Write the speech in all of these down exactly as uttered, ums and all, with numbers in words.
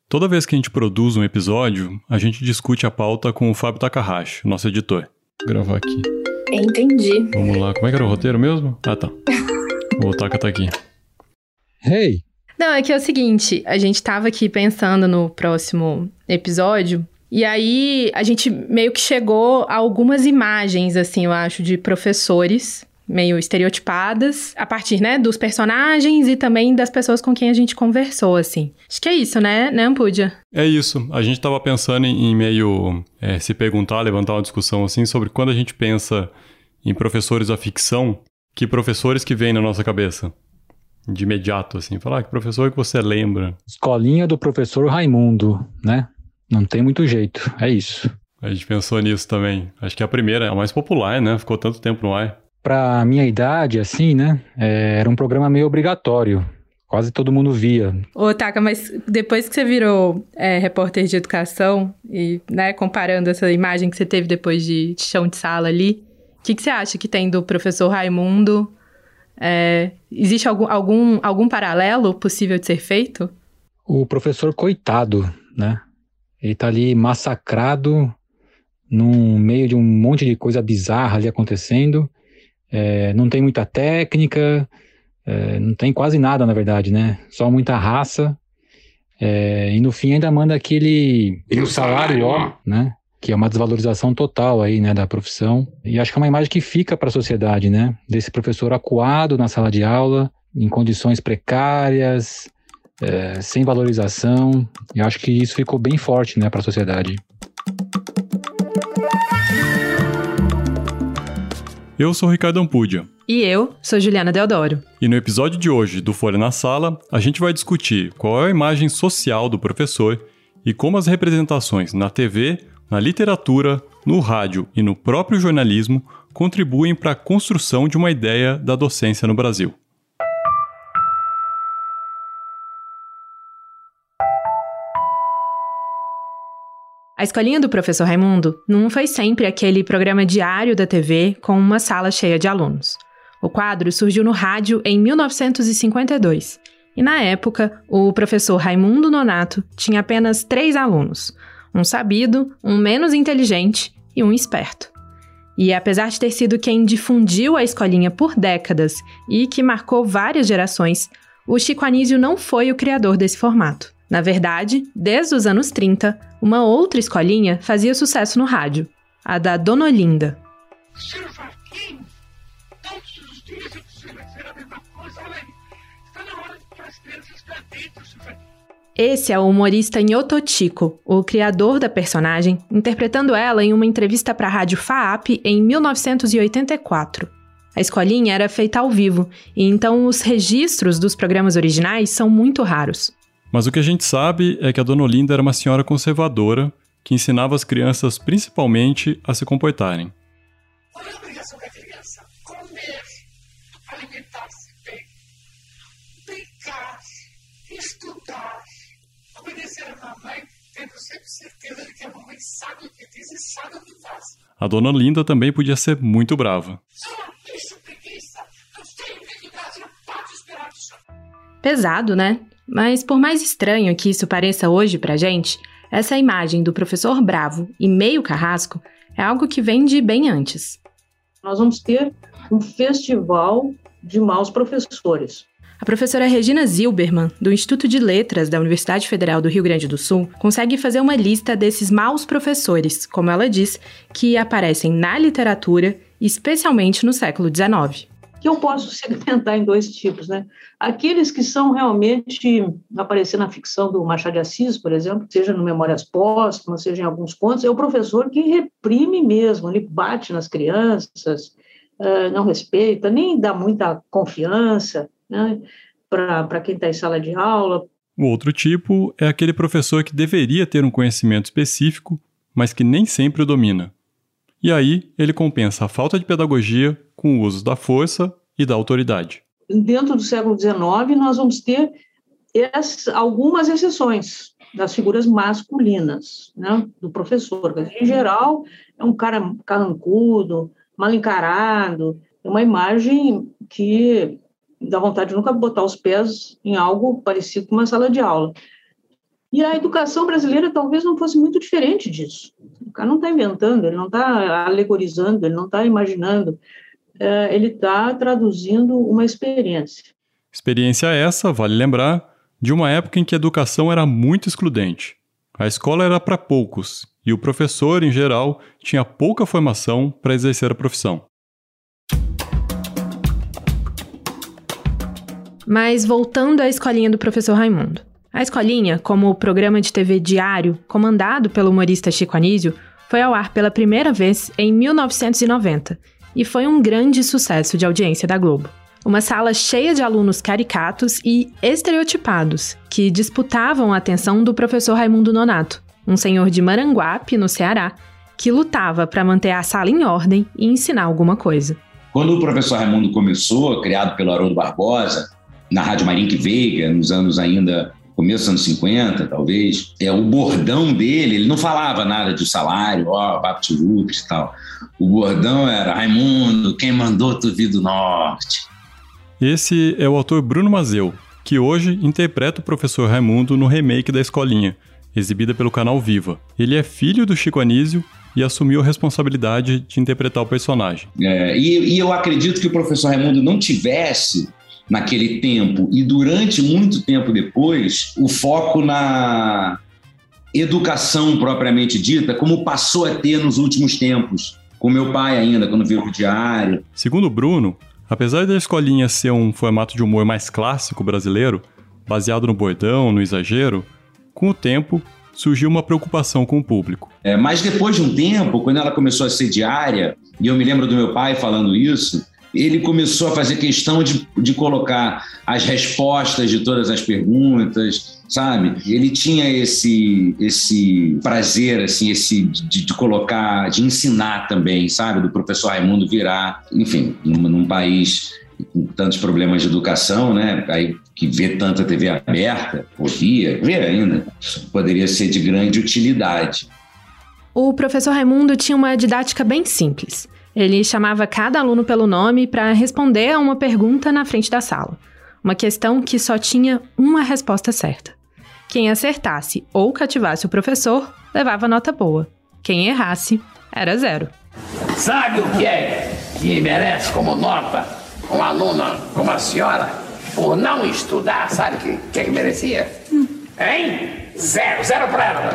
Toda vez que a gente produz um episódio, a gente discute a pauta com o Fábio Takahashi, nosso editor. Vou gravar aqui. Entendi. Vamos lá, como é que era o roteiro mesmo? Ah, tá. O Taka tá aqui. Hey! Não, é que é o seguinte, a gente tava aqui pensando no próximo episódio, e aí a gente meio que chegou a algumas imagens, assim, eu acho, de professores meio estereotipadas, a partir, né, dos personagens e também das pessoas com quem a gente conversou, assim. Acho que é isso, né, né, Ampudia? É isso. A gente tava pensando em, em meio é, se perguntar, levantar uma discussão, assim, sobre quando a gente pensa em professores da ficção, que professores que vêm na nossa cabeça? De imediato, assim, falar ah, que professor que você lembra? Escolinha do professor Raimundo, né? Não tem muito jeito, é isso. A gente pensou nisso também. Acho que é a primeira, é a mais popular, né? Ficou tanto tempo no ar. Pra minha idade, assim, né? É, era um programa meio obrigatório. Quase todo mundo via. Ô, Taka, mas depois que você virou é, repórter de educação, e, né, comparando essa imagem que você teve depois de, de chão de sala ali, o que, que você acha que tem do professor Raimundo? É, existe algum, algum, algum paralelo possível de ser feito? O professor coitado, né? Ele tá ali massacrado no meio de um monte de coisa bizarra ali acontecendo. É, não tem muita técnica, é, não tem quase nada, na verdade, né? Só muita raça. É, e no fim ainda manda aquele e o salário, ó, né? Que é uma desvalorização total aí, né, da profissão. E acho que é uma imagem que fica para a sociedade, né? Desse professor acuado na sala de aula, em condições precárias, é, sem valorização. E acho que isso ficou bem forte, né, para a sociedade. Eu sou o Ricardo Ampudia. E eu sou Juliana Deodoro. E no episódio de hoje do Folha na Sala, a gente vai discutir qual é a imagem social do professor e como as representações na T V, na literatura, no rádio e no próprio jornalismo contribuem para a construção de uma ideia da docência no Brasil. A Escolinha do Professor Raimundo não foi sempre aquele programa diário da T V com uma sala cheia de alunos. O quadro surgiu no rádio em mil novecentos e cinquenta e dois, e na época, o professor Raimundo Nonato tinha apenas três alunos, um sabido, um menos inteligente e um esperto. E apesar de ter sido quem difundiu a escolinha por décadas e que marcou várias gerações, o Chico Anísio não foi o criador desse formato. Na verdade, desde os anos trinta, uma outra escolinha fazia sucesso no rádio, a da Dona Olinda. Seu Joaquim, todos os dias eu preciso dizer a mesma coisa, olha aí, está na hora de as crianças para dentro, seu Joaquim. Esse é o humorista Nhoto Chico, o criador da personagem, interpretando ela em uma entrevista para a rádio F A A P em mil novecentos e oitenta e quatro. A escolinha era feita ao vivo, e então os registros dos programas originais são muito raros. Mas o que a gente sabe é que a Dona Olinda era uma senhora conservadora que ensinava as crianças principalmente a se comportarem. Qual é a obrigação da criança? Comer, alimentar-se bem, brincar, estudar, obedecer a mamãe, tendo sempre certeza de que a mamãe sabe o que diz e sabe o que faz. A Dona Olinda também podia ser muito brava. Sou uma bicha preguiça, não sei o que o Brasil pode esperar do senhor. Pesado, né? Mas por mais estranho que isso pareça hoje pra gente, essa imagem do professor bravo e meio carrasco é algo que vem de bem antes. Nós vamos ter um festival de maus professores. A professora Regina Zilberman, do Instituto de Letras da Universidade Federal do Rio Grande do Sul, consegue fazer uma lista desses maus professores, como ela diz, que aparecem na literatura, especialmente no século dezenove. Que eu posso segmentar em dois tipos, né? Aqueles que são realmente aparecer na ficção do Machado de Assis, por exemplo, seja no Memórias Póstumas, seja em alguns contos, é o professor que reprime mesmo, ele bate nas crianças, não respeita, nem dá muita confiança, né, para quem está em sala de aula. O outro tipo é aquele professor que deveria ter um conhecimento específico, mas que nem sempre o domina. E aí, ele compensa a falta de pedagogia com o uso da força e da autoridade. Dentro do século dezenove, nós vamos ter essas, algumas exceções das figuras masculinas, né, do professor. Em geral, é um cara carrancudo, mal encarado, é uma imagem que dá vontade de nunca botar os pés em algo parecido com uma sala de aula. E a educação brasileira talvez não fosse muito diferente disso. O cara não está inventando, ele não está alegorizando, ele não está imaginando, é, ele está traduzindo uma experiência. Experiência essa, vale lembrar, de uma época em que a educação era muito excludente. A escola era para poucos e o professor, em geral, tinha pouca formação para exercer a profissão. Mas voltando à escolinha do professor Raimundo. A escolinha, como programa de T V diário, comandado pelo humorista Chico Anísio, foi ao ar pela primeira vez em mil novecentos e noventa e foi um grande sucesso de audiência da Globo. Uma sala cheia de alunos caricatos e estereotipados, que disputavam a atenção do professor Raimundo Nonato, um senhor de Maranguape, no Ceará, que lutava para manter a sala em ordem e ensinar alguma coisa. Quando o professor Raimundo começou, criado pelo Haroldo Barbosa, na Rádio Marinque Veiga, nos anos ainda, começo dos anos cinquenta, talvez, é, o bordão dele, ele não falava nada de salário, ó, Baptilutres e tal. O bordão era: Raimundo, quem mandou tu vir do norte? Esse é o autor Bruno Mazeu, que hoje interpreta o professor Raimundo no remake da Escolinha, exibida pelo canal Viva. Ele é filho do Chico Anísio e assumiu a responsabilidade de interpretar o personagem. É, e, e eu acredito que o professor Raimundo não tivesse, naquele tempo e durante muito tempo depois, o foco na educação propriamente dita, como passou a ter nos últimos tempos, com meu pai ainda, quando viu o diário. Segundo o Bruno, apesar da Escolinha ser um formato de humor mais clássico brasileiro, baseado no bordão, no exagero, com o tempo surgiu uma preocupação com o público. É, mas depois de um tempo, quando ela começou a ser diária, e eu me lembro do meu pai falando isso, ele começou a fazer questão de, de colocar as respostas de todas as perguntas, sabe? Ele tinha esse, esse prazer, assim, esse de, de colocar, de ensinar também, sabe? Do professor Raimundo virar, enfim, num, num país com tantos problemas de educação, né? Aí, que vê tanta T V aberta, ouvia, vê ainda, poderia ser de grande utilidade. O professor Raimundo tinha uma didática bem simples. Ele chamava cada aluno pelo nome para responder a uma pergunta na frente da sala. Uma questão que só tinha uma resposta certa. Quem acertasse ou cativasse o professor, levava nota boa. Quem errasse, era zero. Sabe o que é que merece como nota uma aluna como a senhora por não estudar? Sabe o que, que, é que merecia? Hein? Zero, zero pra ela.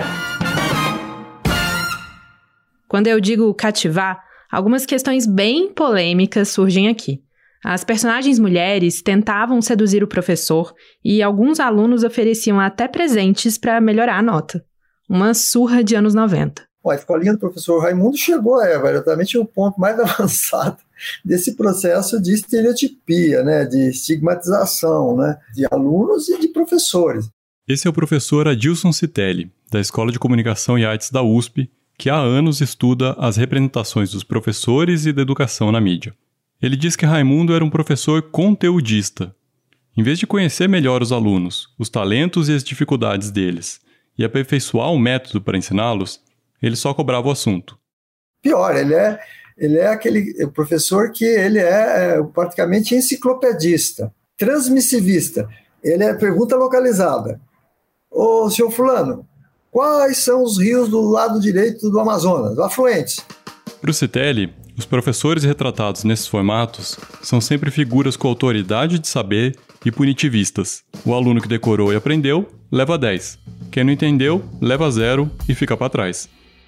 Quando eu digo cativar, algumas questões bem polêmicas surgem aqui. As personagens mulheres tentavam seduzir o professor e alguns alunos ofereciam até presentes para melhorar a nota. Uma surra de anos noventa. Bom, a escolinha do professor Raimundo chegou a exatamente o ponto mais avançado desse processo de estereotipia, né, de estigmatização, né, de alunos e de professores. Esse é o professor Adilson Citelli, da Escola de Comunicação e Artes da U S P, que há anos estuda as representações dos professores e da educação na mídia. Ele diz que Raimundo era um professor conteudista. Em vez de conhecer melhor os alunos, os talentos e as dificuldades deles, e aperfeiçoar um método para ensiná-los, ele só cobrava o assunto. Pior, ele é, ele é aquele professor que ele é, é praticamente enciclopedista, transmissivista. Ele é pergunta localizada. Ô, senhor fulano, quais são os rios do lado direito do Amazonas, afluentes? Para o Citelli, os professores retratados nesses formatos são sempre figuras com autoridade de saber e punitivistas. O aluno que decorou e aprendeu, leva dez. Quem não entendeu, leva zero e fica para trás.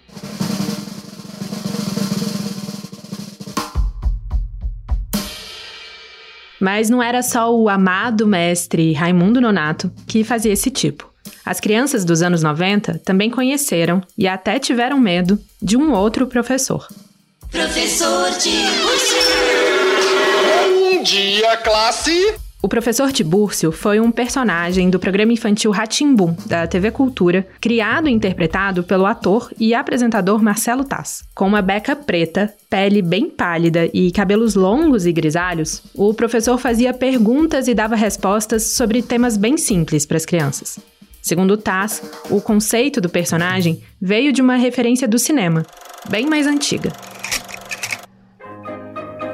Mas não era só o amado mestre Raimundo Nonato que fazia esse tipo. As crianças dos anos noventa também conheceram e até tiveram medo de um outro professor. Professor Tibúrcio. Bom dia, classe! O professor Tibúrcio foi um personagem do programa infantil Rá-Tim-Bum, da T V Cultura, criado e interpretado pelo ator e apresentador Marcelo Taz. Com uma beca preta, pele bem pálida e cabelos longos e grisalhos, o professor fazia perguntas e dava respostas sobre temas bem simples para as crianças. Segundo Taz, o conceito do personagem veio de uma referência do cinema, bem mais antiga.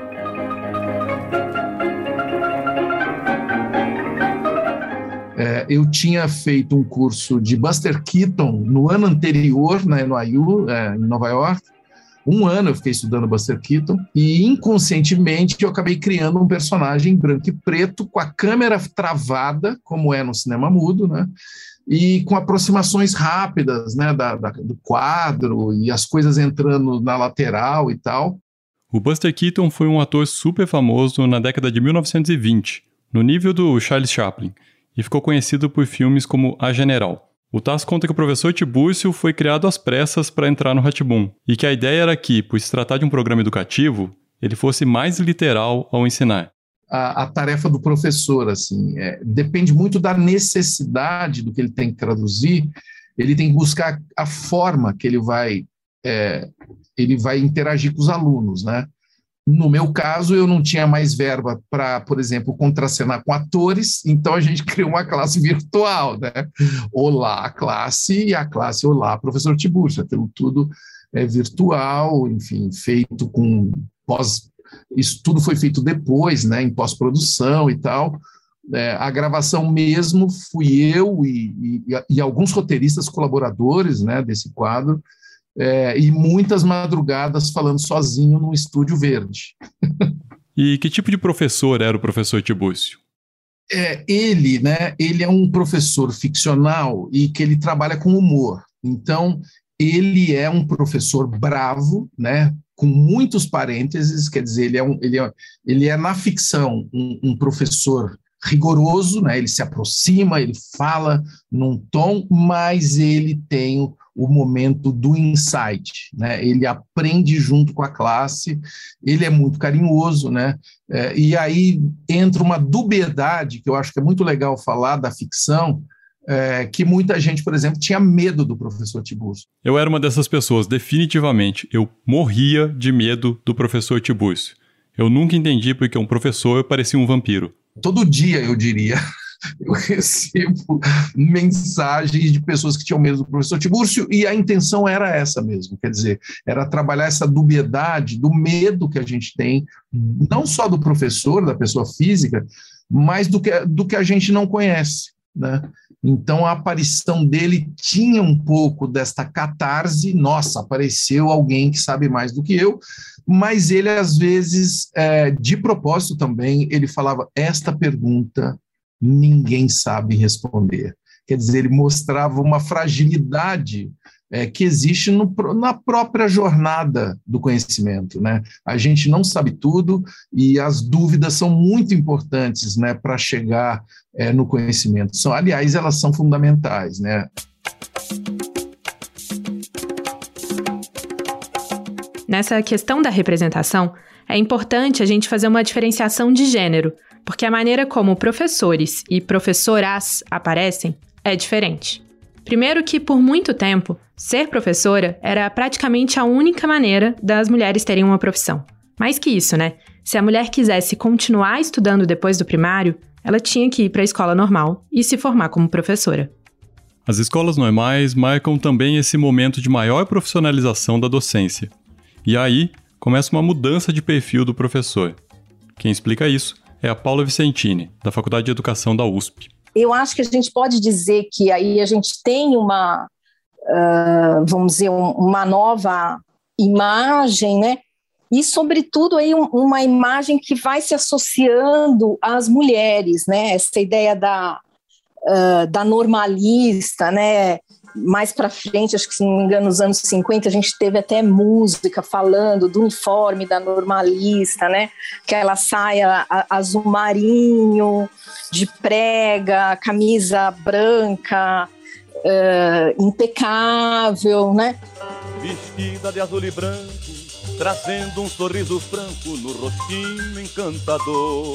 É, eu tinha feito um curso de Buster Keaton no ano anterior, na N Y U, é, em Nova York. Um ano eu fiquei estudando Buster Keaton e, inconscientemente, eu acabei criando um personagem branco e preto com a câmera travada, como é no cinema mudo, né? E com aproximações rápidas, né, da, da, do quadro e as coisas entrando na lateral e tal. O Buster Keaton foi um ator super famoso na década de mil novecentos e vinte, no nível do Charles Chaplin, e ficou conhecido por filmes como A General. O Tasso conta que o professor Tibúrcio foi criado às pressas para entrar no Rá-Tim-Bum, e que a ideia era que, por se tratar de um programa educativo, ele fosse mais literal ao ensinar. A, a tarefa do professor, assim, é, depende muito da necessidade do que ele tem que traduzir. Ele tem que buscar a forma que ele vai, é, ele vai interagir com os alunos, né? No meu caso, eu não tinha mais verba para, por exemplo, contracenar com atores, então a gente criou uma classe virtual, né? Olá, classe, e a classe Olá, professor Tibúrcio. Aquilo tudo é virtual, enfim, feito com pós... Isso tudo foi feito depois, né, em pós-produção e tal. É, a gravação mesmo fui eu e, e, e alguns roteiristas colaboradores, né, desse quadro, é, e muitas madrugadas falando sozinho no estúdio verde. E que tipo de professor era o professor Tibúrcio? É, ele, né, ele é um professor ficcional e que ele trabalha com humor. Então, ele é um professor bravo, né, com muitos parênteses, quer dizer, ele é, um, ele é, ele é na ficção um, um professor rigoroso, né, ele se aproxima, ele fala num tom, mas ele tem o, o momento do insight, né, ele aprende junto com a classe, ele é muito carinhoso, né, é, e aí entra uma dubiedade, que eu acho que é muito legal falar da ficção, É, que muita gente, por exemplo, tinha medo do professor Tibúrcio. Eu era uma dessas pessoas, definitivamente. Eu morria de medo do professor Tibúrcio. Eu nunca entendi porque um professor parecia um vampiro. Todo dia, eu diria, eu recebo mensagens de pessoas que tinham medo do professor Tibúrcio e a intenção era essa mesmo, quer dizer, era trabalhar essa dubiedade do medo que a gente tem, não só do professor, da pessoa física, mas do que, do que a gente não conhece, né? Então a aparição dele tinha um pouco desta catarse, nossa, apareceu alguém que sabe mais do que eu, mas ele às vezes, é, de propósito também, ele falava, esta pergunta ninguém sabe responder. Quer dizer, ele mostrava uma fragilidade é, que existe no, na própria jornada do conhecimento, né? A gente não sabe tudo e as dúvidas são muito importantes, né, para chegar é, no conhecimento. São, aliás, elas são fundamentais, né? Nessa questão da representação, é importante a gente fazer uma diferenciação de gênero, porque a maneira como professores e professoras aparecem é diferente. Primeiro que, por muito tempo, ser professora era praticamente a única maneira das mulheres terem uma profissão. Mais que isso, né? Se a mulher quisesse continuar estudando depois do primário, ela tinha que ir para a escola normal e se formar como professora. As escolas normais marcam também esse momento de maior profissionalização da docência. E aí, começa uma mudança de perfil do professor. Quem explica isso é a Paula Vicentini, da Faculdade de Educação da U S P. Eu acho que a gente pode dizer que aí a gente tem uma, uh, vamos dizer, um, uma nova imagem, né? E, sobretudo, aí um, uma imagem que vai se associando às mulheres, né? Essa ideia da, uh, da normalista, né? Mais para frente, acho que, se não me engano, nos anos cinquenta, a gente teve até música falando do uniforme da normalista, né? Aquela saia azul marinho, de prega, camisa branca, uh, impecável, né? Vestida de azul e branco, trazendo um sorriso franco no rostinho encantador.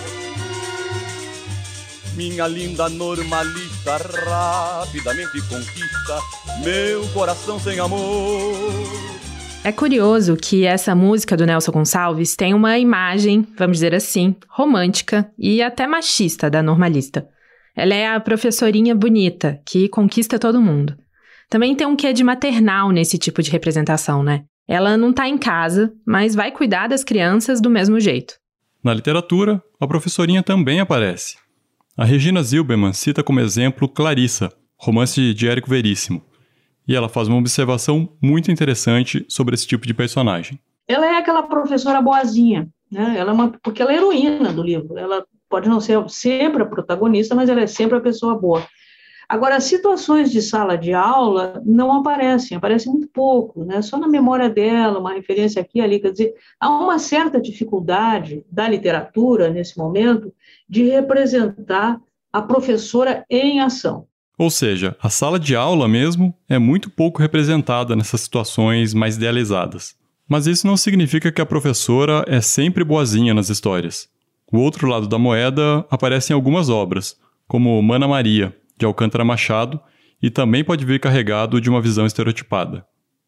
Minha linda normalista rapidamente conquista meu coração sem amor. É curioso que essa música do Nelson Gonçalves tem uma imagem, vamos dizer assim, romântica e até machista da normalista. Ela é a professorinha bonita, que conquista todo mundo. Também tem um quê de maternal nesse tipo de representação, né? Ela não tá em casa, mas vai cuidar das crianças do mesmo jeito. Na literatura, a professorinha também aparece. A Regina Zilberman cita como exemplo Clarissa, romance de Érico Veríssimo, e ela faz uma observação muito interessante sobre esse tipo de personagem. Ela é aquela professora boazinha, né? Ela é uma, porque ela é heroína do livro, ela pode não ser sempre a protagonista, mas ela é sempre a pessoa boa. Agora, as situações de sala de aula não aparecem, aparecem muito pouco, né? Só na memória dela, uma referência aqui e ali, quer dizer, há uma certa dificuldade da literatura, nesse momento, de representar a professora em ação. Ou seja, a sala de aula mesmo é muito pouco representada nessas situações mais idealizadas. Mas isso não significa que a professora é sempre boazinha nas histórias. O outro lado da moeda aparece em algumas obras, como Mana Maria, de Alcântara Machado, e também pode vir carregado de uma visão estereotipada.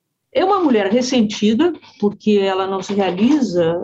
É uma mulher ressentida, porque ela não se realiza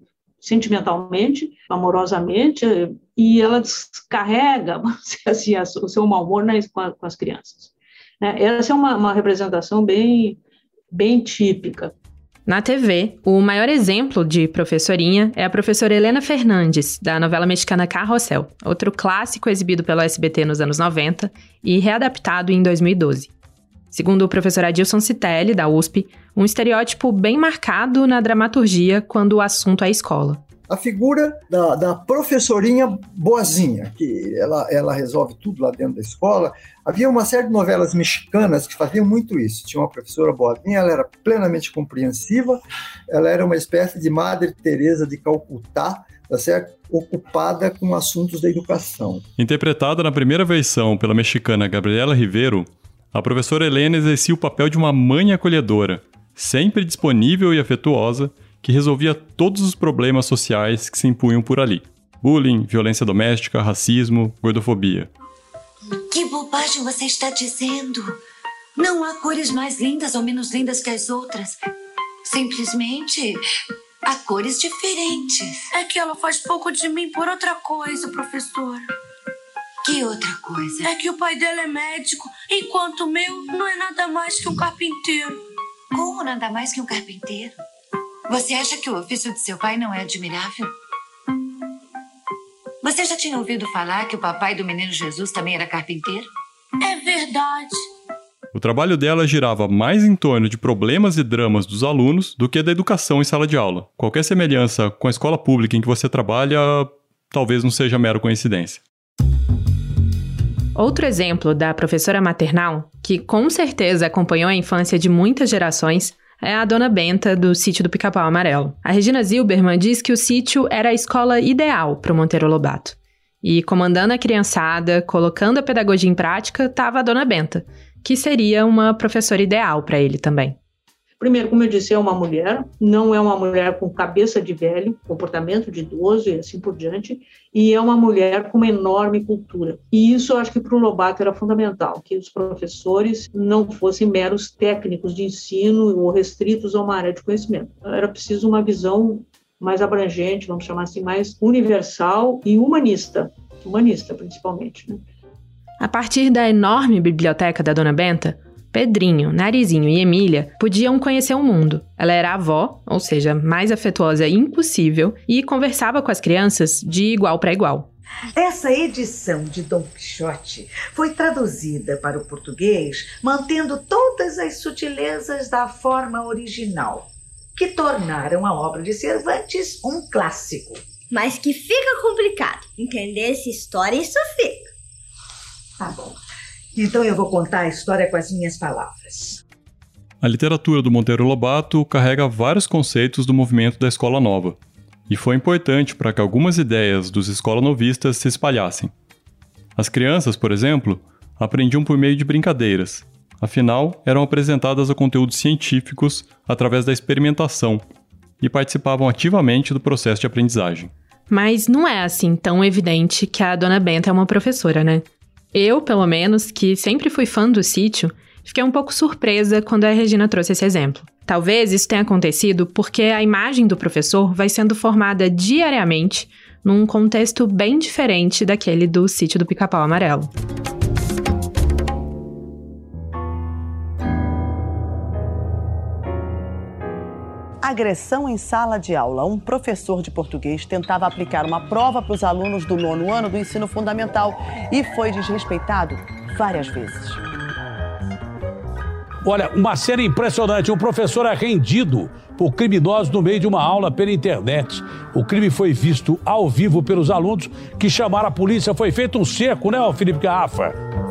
sentimentalmente, amorosamente, e ela descarrega assim, o seu mau humor nas, com, a, com as crianças. Né? Essa é uma, uma representação bem, bem típica. Na T V, o maior exemplo de professorinha é a professora Helena Fernandes, da novela mexicana Carrossel, outro clássico exibido pelo S B T nos anos noventa e readaptado em dois mil e doze. Segundo o professor Adilson Citelli, da U S P, um estereótipo bem marcado na dramaturgia quando o assunto é escola. A figura da, da professorinha boazinha, que ela, ela resolve tudo lá dentro da escola. Havia uma série de novelas mexicanas que faziam muito isso. Tinha uma professora boazinha, ela era plenamente compreensiva, ela era uma espécie de Madre Teresa de Calcutá, tá certo? Ocupada com assuntos da educação. Interpretada na primeira versão pela mexicana Gabriela Rivero, a professora Helena exercia o papel de uma mãe acolhedora, sempre disponível e afetuosa, que resolvia todos os problemas sociais que se impunham por ali. Bullying, violência doméstica, racismo, gordofobia. Que bobagem você está dizendo? Não há cores mais lindas ou menos lindas que as outras. Simplesmente há cores diferentes. É que ela faz pouco de mim por outra coisa, professora. Que outra coisa? É que o pai dela é médico, enquanto o meu não é nada mais que um carpinteiro. Como nada mais que um carpinteiro? Você acha que o ofício de seu pai não é admirável? Você já tinha ouvido falar que o papai do menino Jesus também era carpinteiro? É verdade. O trabalho dela girava mais em torno de problemas e dramas dos alunos do que da educação em sala de aula. Qualquer semelhança com a escola pública em que você trabalha talvez não seja mera coincidência. Outro exemplo da professora maternal, que com certeza acompanhou a infância de muitas gerações, é a Dona Benta, do Sítio do Pica-Pau Amarelo. A Regina Zilberman diz que o sítio era a escola ideal para o Monteiro Lobato. E comandando a criançada, colocando a pedagogia em prática, estava a Dona Benta, que seria uma professora ideal para ele também. Primeiro, como eu disse, é uma mulher, não é uma mulher com cabeça de velho, comportamento de idoso e assim por diante, e é uma mulher com uma enorme cultura. E isso eu acho que para o Lobato era fundamental, que os professores não fossem meros técnicos de ensino ou restritos a uma área de conhecimento. Era preciso uma visão mais abrangente, vamos chamar assim, mais universal e humanista, humanista principalmente, né? A partir da enorme biblioteca da Dona Benta, Pedrinho, Narizinho e Emília podiam conhecer o mundo. Ela era avó, ou seja, mais afetuosa impossível, e conversava com as crianças de igual para igual. Essa edição de Dom Quixote foi traduzida para o português, mantendo todas as sutilezas da forma original, que tornaram a obra de Cervantes um clássico. Mas que fica complicado entender essa história, isso fica. Tá bom. Então eu vou contar a história com as minhas palavras. A literatura do Monteiro Lobato carrega vários conceitos do movimento da Escola Nova, e foi importante para que algumas ideias dos escola-novistas se espalhassem. As crianças, por exemplo, aprendiam por meio de brincadeiras, afinal, eram apresentadas a conteúdos científicos através da experimentação e participavam ativamente do processo de aprendizagem. Mas não é assim tão evidente que a Dona Benta é uma professora, né? Eu, pelo menos, que sempre fui fã do sítio, fiquei um pouco surpresa quando a Regina trouxe esse exemplo. Talvez isso tenha acontecido porque a imagem do professor vai sendo formada diariamente num contexto bem diferente daquele do Sítio do Pica-Pau Amarelo. agressão em sala de aula. Um professor de português tentava aplicar uma prova para os alunos do nono ano do ensino fundamental e foi desrespeitado várias vezes. Olha, uma cena impressionante. Um professor é rendido por criminosos no meio de uma aula pela internet. O crime foi visto ao vivo pelos alunos que chamaram a polícia. Foi feito um cerco, né, Felipe Garrafa?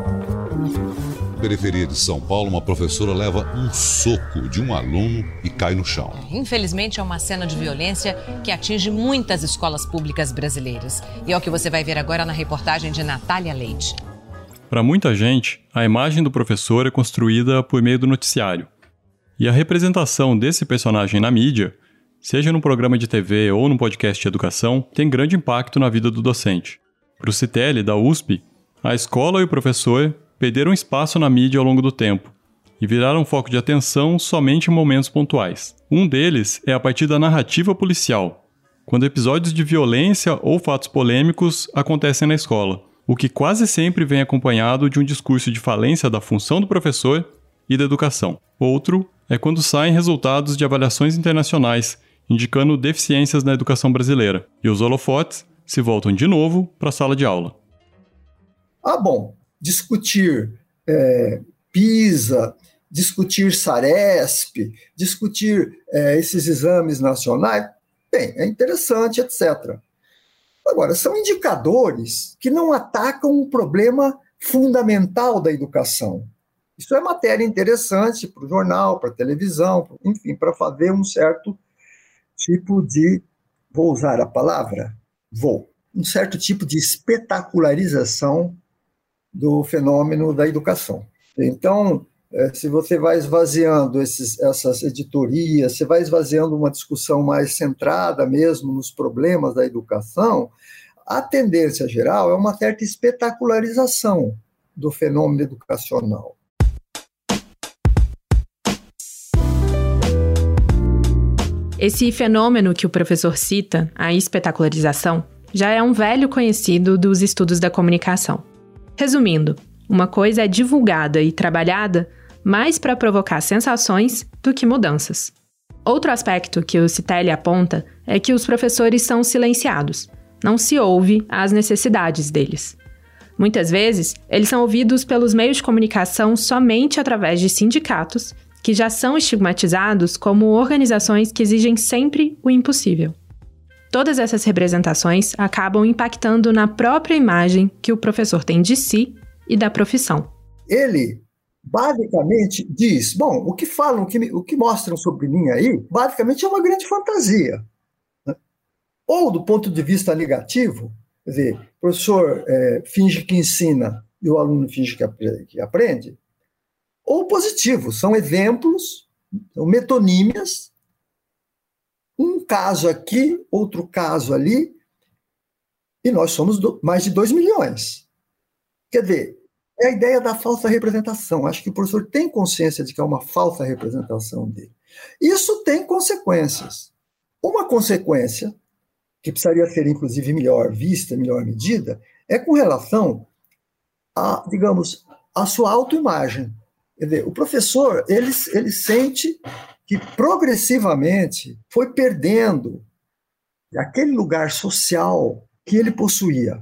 Periferia de São Paulo, uma professora leva um soco de um aluno e cai no chão. Infelizmente, é uma cena de violência que atinge muitas escolas públicas brasileiras. E é o que você vai ver agora na reportagem de Natália Leite. Para muita gente, a imagem do professor é construída por meio do noticiário. E a representação desse personagem na mídia, seja num programa de T V ou num podcast de educação, tem grande impacto na vida do docente. Para o Citelli, da U S P, a escola e o professor perderam espaço na mídia ao longo do tempo e viraram foco de atenção somente em momentos pontuais. Um deles é a partir da narrativa policial, quando episódios de violência ou fatos polêmicos acontecem na escola, o que quase sempre vem acompanhado de um discurso de falência da função do professor e da educação. Outro é quando saem resultados de avaliações internacionais indicando deficiências na educação brasileira, e os holofotes se voltam de novo para a sala de aula. Ah, bom, discutir é, PISA, discutir SARESP, discutir é, esses exames nacionais, bem, é interessante, etcétera. Agora, são indicadores que não atacam um problema fundamental da educação. Isso é matéria interessante para o jornal, para a televisão, enfim, para fazer um certo tipo de, vou usar a palavra, vou, um certo tipo de espetacularização do fenômeno da educação. Então, se você vai esvaziando esses, essas editorias, você vai esvaziando uma discussão mais centrada mesmo nos problemas da educação, a tendência geral é uma certa espetacularização do fenômeno educacional. Esse fenômeno que o professor cita, a espetacularização, já é um velho conhecido dos estudos da comunicação. Resumindo, uma coisa é divulgada e trabalhada mais para provocar sensações do que mudanças. Outro aspecto que o Citelli aponta é que os professores são silenciados. Não se ouve as necessidades deles. Muitas vezes, eles são ouvidos pelos meios de comunicação somente através de sindicatos, que já são estigmatizados como organizações que exigem sempre o impossível. Todas essas representações acabam impactando na própria imagem que o professor tem de si e da profissão. Ele, basicamente, diz, bom, o que falam, o que, o que mostram sobre mim aí, basicamente é uma grande fantasia. Né? Ou, do ponto de vista negativo, quer dizer, o professor é, finge que ensina e o aluno finge que, apre- que aprende, ou positivo, são exemplos, são metonímias, um caso aqui, outro caso ali, e nós somos do, mais de dois milhões. Quer dizer, é a ideia da falsa representação. Acho que o professor tem consciência de que é uma falsa representação dele. Isso tem consequências. Uma consequência, que precisaria ser, inclusive, melhor vista, melhor medida, é com relação a, digamos, a sua autoimagem. Quer dizer, o professor, ele, ele sente que progressivamente foi perdendo aquele lugar social que ele possuía.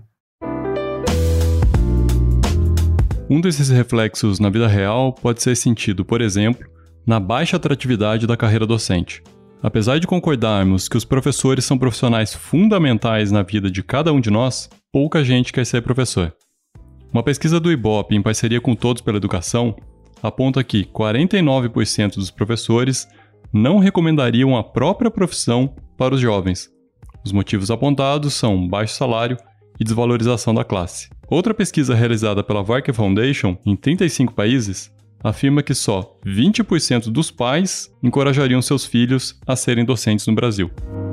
Um desses reflexos na vida real pode ser sentido, por exemplo, na baixa atratividade da carreira docente. Apesar de concordarmos que os professores são profissionais fundamentais na vida de cada um de nós, pouca gente quer ser professor. Uma pesquisa do Ibope, em parceria com Todos pela Educação, aponta que quarenta e nove por cento dos professores não recomendariam a própria profissão para os jovens. Os motivos apontados são baixo salário e desvalorização da classe. Outra pesquisa realizada pela Varker Foundation em trinta e cinco países afirma que só vinte por cento dos pais encorajariam seus filhos a serem docentes no Brasil.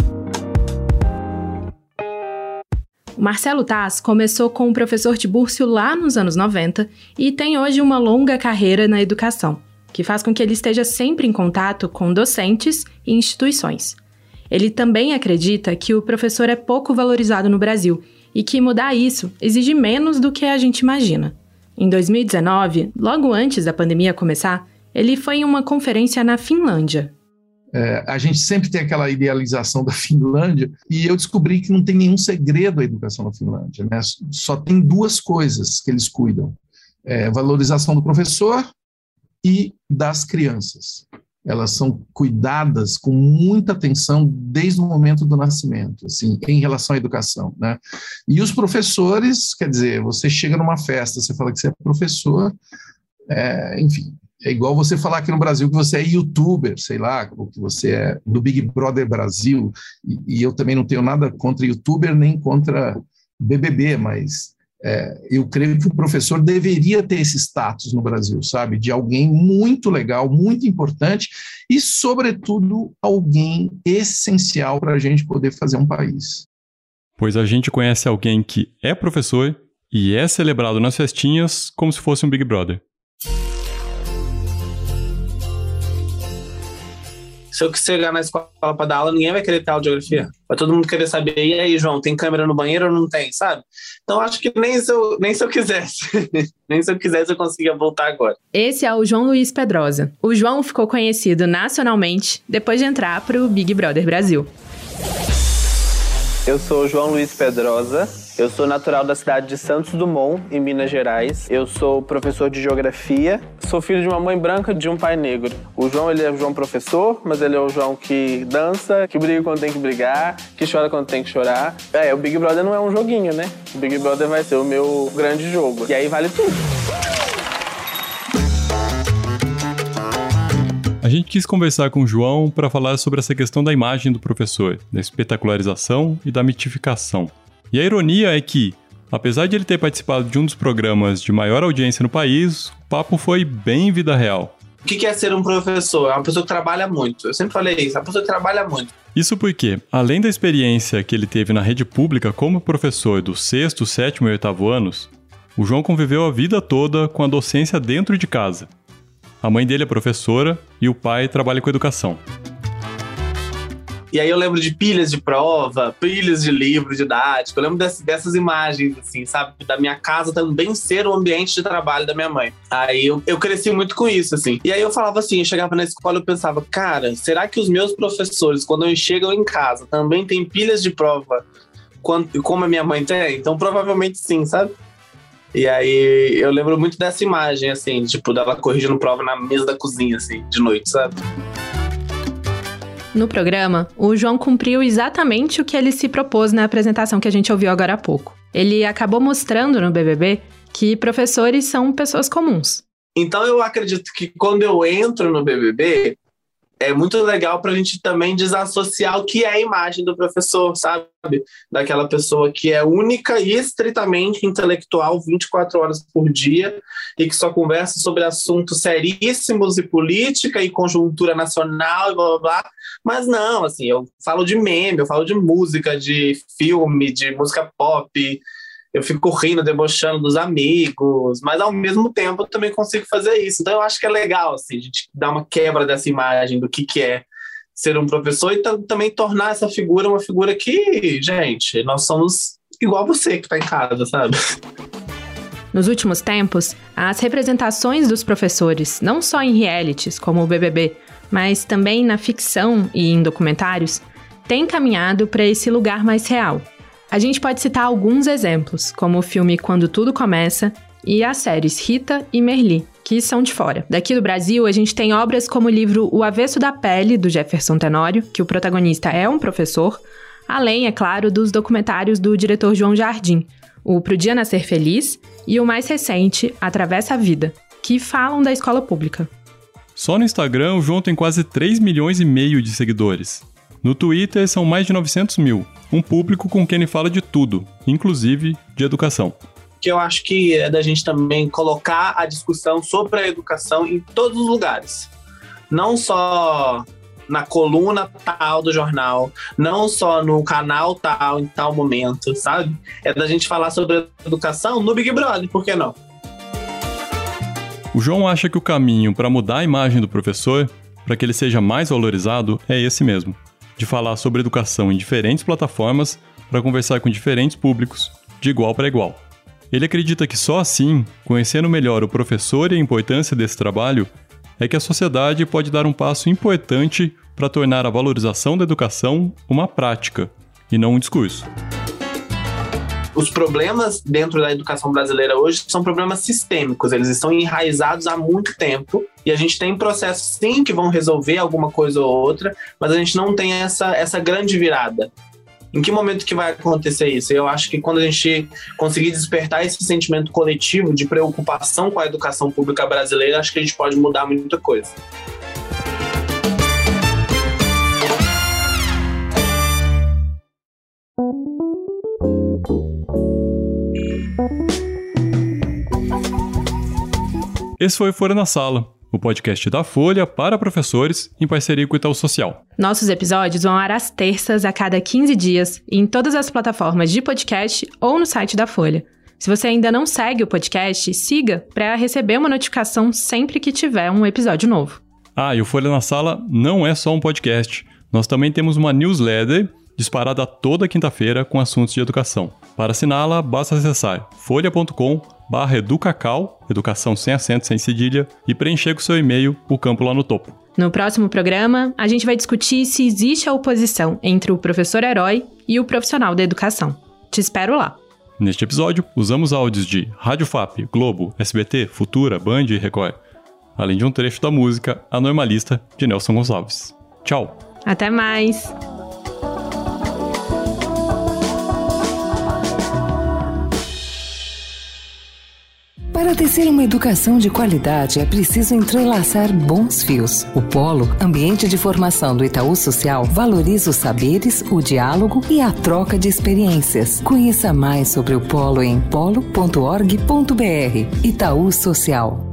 O Marcelo Taz começou como professor Tibúrcio lá nos anos noventa e tem hoje uma longa carreira na educação, que faz com que ele esteja sempre em contato com docentes e instituições. Ele também acredita que o professor é pouco valorizado no Brasil e que mudar isso exige menos do que a gente imagina. Em dois mil e dezenove, logo antes da pandemia começar, ele foi em uma conferência na Finlândia. É, a gente sempre tem aquela idealização da Finlândia, e eu descobri que não tem nenhum segredo a educação na Finlândia, né? Só tem duas coisas que eles cuidam: é, valorização do professor e das crianças. Elas são cuidadas com muita atenção desde o momento do nascimento, assim, em relação à educação, né? E os professores, quer dizer, você chega numa festa, você fala que você é professor, é, enfim... É igual você falar aqui no Brasil que você é youtuber, sei lá, ou que você é do Big Brother Brasil, e, e eu também não tenho nada contra youtuber nem contra B B B, mas é, eu creio que o professor deveria ter esse status no Brasil, sabe? De alguém muito legal, muito importante e, sobretudo, alguém essencial para a gente poder fazer um país. Pois a gente conhece alguém que é professor e é celebrado nas festinhas como se fosse um Big Brother. Se eu chegar na escola para dar aula, ninguém vai querer ter aula de geografia. Vai todo mundo querer saber, e aí, João, tem câmera no banheiro ou não tem, sabe? Então, acho que nem se eu, nem se eu quisesse. nem se eu quisesse eu conseguia voltar agora. Esse é o João Luiz Pedrosa. O João ficou conhecido nacionalmente depois de entrar para o Big Brother Brasil. Eu sou o João Luiz Pedrosa. Eu sou natural da cidade de Santos Dumont, em Minas Gerais. Eu sou professor de geografia. Sou filho de uma mãe branca e de um pai negro. O João, ele é o João professor, mas ele é o João que dança, que briga quando tem que brigar, que chora quando tem que chorar. É, o Big Brother não é um joguinho, né? O Big Brother vai ser o meu grande jogo. E aí vale tudo. A gente quis conversar com o João para falar sobre essa questão da imagem do professor, da espetacularização e da mitificação. E a ironia é que, apesar de ele ter participado de um dos programas de maior audiência no país, o papo foi bem vida real. O que é ser um professor? É uma pessoa que trabalha muito. Eu sempre falei isso, é uma pessoa que trabalha muito. Isso porque, além da experiência que ele teve na rede pública como professor dos sexto, sétimo e oitavo anos, o João conviveu a vida toda com a docência dentro de casa. A mãe dele é professora e o pai trabalha com educação. E aí eu lembro de pilhas de prova, pilhas de livro didático. Eu lembro dessas, dessas imagens, assim, sabe? Da minha casa também ser o ambiente de trabalho da minha mãe. Aí eu, eu cresci muito com isso, assim. E aí eu falava assim, eu chegava na escola e eu pensava, cara, será que os meus professores, quando eu chego em casa, também tem pilhas de prova quando, como a minha mãe tem? Então provavelmente sim, sabe? E aí eu lembro muito dessa imagem, assim, tipo, dela corrigindo prova na mesa da cozinha, assim, de noite, sabe? No programa, o João cumpriu exatamente o que ele se propôs na apresentação que a gente ouviu agora há pouco. Ele acabou mostrando no B B B que professores são pessoas comuns. Então eu acredito que quando eu entro no B B B, é muito legal pra gente também desassociar o que é a imagem do professor, sabe? Daquela pessoa que é única e estritamente intelectual vinte e quatro horas por dia e que só conversa sobre assuntos seríssimos e política e conjuntura nacional e blá blá blá. Mas não, assim, eu falo de meme, eu falo de música, de filme, de música pop. Eu fico rindo, debochando dos amigos, mas ao mesmo tempo eu também consigo fazer isso. Então eu acho que é legal, assim, a gente dar uma quebra dessa imagem do que, que é ser um professor e t- também tornar essa figura uma figura que, gente, nós somos igual você que está em casa, sabe? Nos últimos tempos, as representações dos professores, não só em realities como o B B B, mas também na ficção e em documentários, têm caminhado para esse lugar mais real. A gente pode citar alguns exemplos, como o filme Quando Tudo Começa e as séries Rita e Merli, que são de fora. Daqui do Brasil, a gente tem obras como o livro O Avesso da Pele, do Jefferson Tenório, que o protagonista é um professor, além, é claro, dos documentários do diretor João Jardim, o Pro Dia Nascer Feliz e o mais recente, Atravessa a Vida, que falam da escola pública. Só no Instagram, o João tem quase três milhões e meio de seguidores. No Twitter, são mais de novecentos mil. Um público com quem ele fala de tudo, inclusive de educação. Que eu acho que é da gente também colocar a discussão sobre a educação em todos os lugares. Não só na coluna tal do jornal, não só no canal tal em tal momento, sabe? É da gente falar sobre a educação no Big Brother, por que não? O João acha que o caminho para mudar a imagem do professor, para que ele seja mais valorizado, é esse mesmo. De falar sobre educação em diferentes plataformas para conversar com diferentes públicos, de igual para igual. Ele acredita que só assim, conhecendo melhor o professor e a importância desse trabalho, é que a sociedade pode dar um passo importante para tornar a valorização da educação uma prática e não um discurso. Os problemas dentro da educação brasileira hoje são problemas sistêmicos, eles estão enraizados há muito tempo e a gente tem processos sim que vão resolver alguma coisa ou outra, mas a gente não tem essa, essa grande virada. Em que momento que vai acontecer isso? Eu acho que quando a gente conseguir despertar esse sentimento coletivo de preocupação com a educação pública brasileira, acho que a gente pode mudar muita coisa. Esse foi Folha na Sala, o podcast da Folha para professores em parceria com o Itaú Social. Nossos episódios vão ao ar às terças a cada quinze dias em todas as plataformas de podcast ou no site da Folha. Se você ainda não segue o podcast, siga para receber uma notificação sempre que tiver um episódio novo. Ah, e o Folha na Sala não é só um podcast. Nós também temos uma newsletter disparada toda quinta-feira com assuntos de educação. Para assiná-la, basta acessar folha ponto com barra educacal, educação sem acento, sem cedilha, e preencher com seu e-mail o campo lá no topo. No próximo programa, a gente vai discutir se existe a oposição entre o professor herói e o profissional da educação. Te espero lá. Neste episódio, usamos áudios de Rádio F A P, Globo, S B T, Futura, Band e Record, além de um trecho da música A Normalista, de Nelson Gonçalves. Tchau! Até mais! Para tecer uma educação de qualidade, é preciso entrelaçar bons fios. O Polo, ambiente de formação do Itaú Social, valoriza os saberes, o diálogo e a troca de experiências. Conheça mais sobre o Polo em polo ponto org ponto br. Itaú Social.